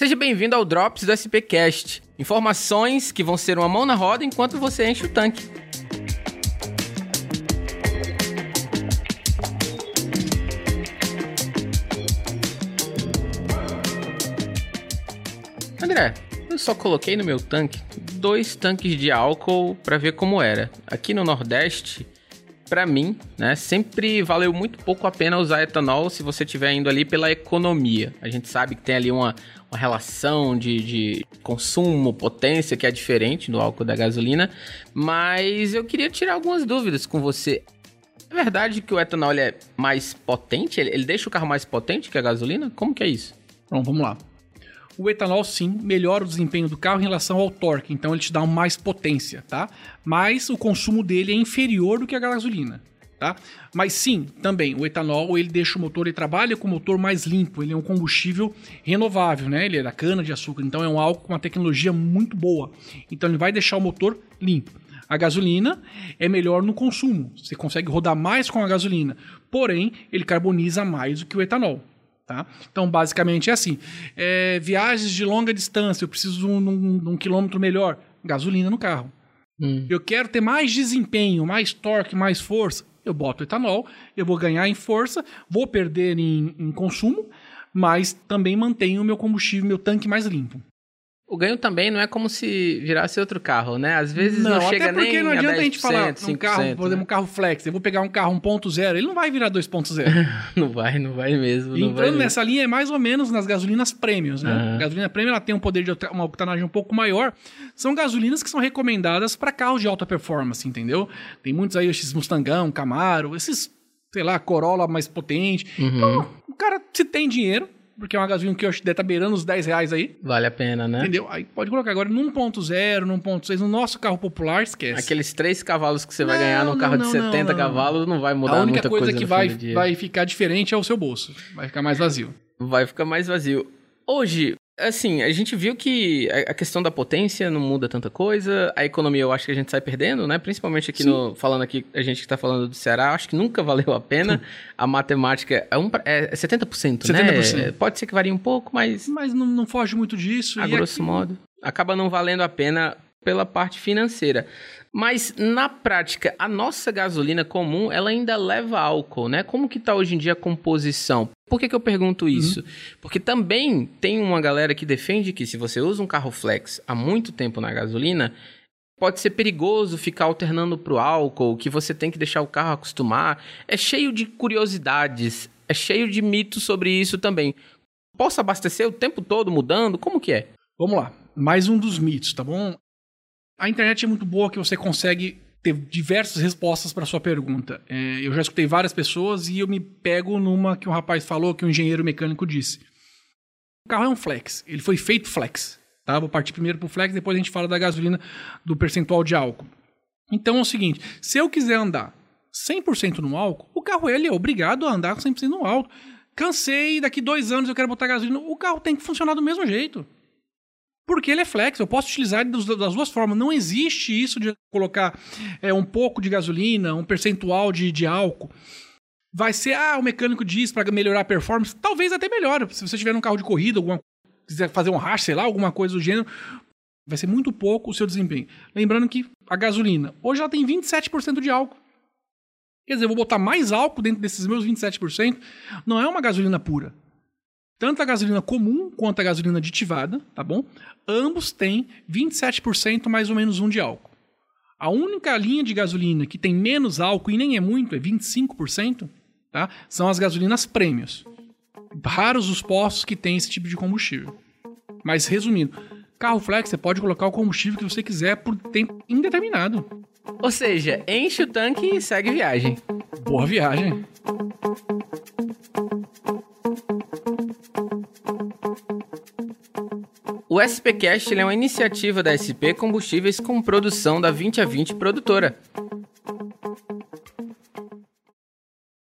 Seja bem-vindo ao Drops do SPcast. Informações que vão ser uma mão na roda enquanto você enche o tanque. André, eu só coloquei no meu tanque 2 tanques de álcool para ver como era. Aqui no Nordeste, para mim, né, sempre valeu muito pouco a pena usar etanol se você estiver indo ali pela economia. A gente sabe que tem ali uma relação de consumo, potência, que é diferente do álcool da gasolina, mas eu queria tirar algumas dúvidas com você. É verdade que o etanol ele é mais potente? Ele deixa o carro mais potente que a gasolina? Como que é isso? Bom, vamos lá. O etanol, sim, melhora o desempenho do carro em relação ao torque, então ele te dá mais potência, tá? Mas o consumo dele é inferior do que a gasolina, tá? Mas sim, também, o etanol, ele deixa o motor, ele trabalha com o motor mais limpo, ele é um combustível renovável, né? Ele é da cana-de-açúcar, então é um álcool com uma tecnologia muito boa. Então ele vai deixar o motor limpo. A gasolina é melhor no consumo, você consegue rodar mais com a gasolina, porém, ele carboniza mais do que o etanol. Tá? Então, basicamente é assim. Viagens de longa distância, eu preciso de um quilômetro melhor. Gasolina no carro. Eu quero ter mais desempenho, mais torque, mais força. Eu boto etanol, eu vou ganhar em força, vou perder em consumo, mas também mantenho o meu combustível, meu tanque mais limpo. O ganho também não é como se virasse outro carro, né? Às vezes não chega nem a 10%, até porque não adianta a gente falar um carro, por exemplo, né? um carro flex, eu vou pegar um carro 1.0, ele não vai virar 2.0. Não vai mesmo. E entrando nessa linha é mais ou menos nas gasolinas premiums, né? A gasolina premium ela tem um poder de uma octanagem um pouco maior. São gasolinas que são recomendadas para carros de alta performance, entendeu? Tem muitos aí, esses Mustangão, Camaro, esses, sei lá, Corolla mais potente. Então, o cara, se tem dinheiro, porque é uma gasolina que eu acho que deve estar beirando os R$10 aí. Vale a pena, né? Entendeu? Aí pode colocar agora no 1.0, no 1.6, no nosso carro popular, esquece. Aqueles 3 cavalos que você vai ganhar num carro de 70 cavalos não vai mudar muita coisa. A única coisa que vai ficar diferente é o seu bolso. Vai ficar mais vazio. Vai ficar mais vazio. Hoje, assim, a gente viu que a questão da potência não muda tanta coisa, a economia eu acho que a gente sai perdendo, né? Principalmente aqui falando aqui, a gente que tá falando do Ceará, acho que nunca valeu a pena. A matemática é 70%, né? 70%. Pode ser que varie um pouco, mas... Mas não foge muito disso. A grosso modo. Acaba não valendo a pena pela parte financeira. Mas, na prática, a nossa gasolina comum, ela ainda leva álcool, né? Como que tá hoje em dia a composição? Por que eu pergunto isso? Porque também tem uma galera que defende que se você usa um carro flex há muito tempo na gasolina, pode ser perigoso ficar alternando pro álcool, que você tem que deixar o carro acostumar. É cheio de curiosidades, é cheio de mitos sobre isso também. Posso abastecer o tempo todo mudando? Como que é? Vamos lá. Mais um dos mitos, tá bom? A internet é muito boa que você consegue ter diversas respostas para sua pergunta. Eu já escutei várias pessoas e eu me pego numa que um rapaz falou, que um engenheiro mecânico disse. O carro é um flex, ele foi feito flex. Tá? Vou partir primeiro pro flex, depois a gente fala da gasolina, do percentual de álcool. Então é o seguinte, se eu quiser andar 100% no álcool, o carro ele é obrigado a andar 100% no álcool. Cansei, daqui 2 anos eu quero botar gasolina, o carro tem que funcionar do mesmo jeito. Porque ele é flex, eu posso utilizar ele das duas formas. Não existe isso de colocar um pouco de gasolina, um percentual de álcool. Vai ser, o mecânico diz para melhorar a performance. Talvez até melhore. Se você tiver um carro de corrida, quiser fazer um racha, sei lá, alguma coisa do gênero, vai ser muito pouco o seu desempenho. Lembrando que a gasolina, hoje ela tem 27% de álcool. Quer dizer, eu vou botar mais álcool dentro desses meus 27%. Não é uma gasolina pura. Tanto a gasolina comum quanto a gasolina aditivada, tá bom? Ambos têm 27% mais ou menos de álcool. A única linha de gasolina que tem menos álcool, e nem é muito, é 25%, tá? São as gasolinas premiums. Raros os postos que têm esse tipo de combustível. Mas resumindo, carro flex você pode colocar o combustível que você quiser por tempo indeterminado. Ou seja, enche o tanque e segue viagem. Boa viagem. O SPcast é uma iniciativa da SP Combustíveis com produção da 20 a 20 produtora.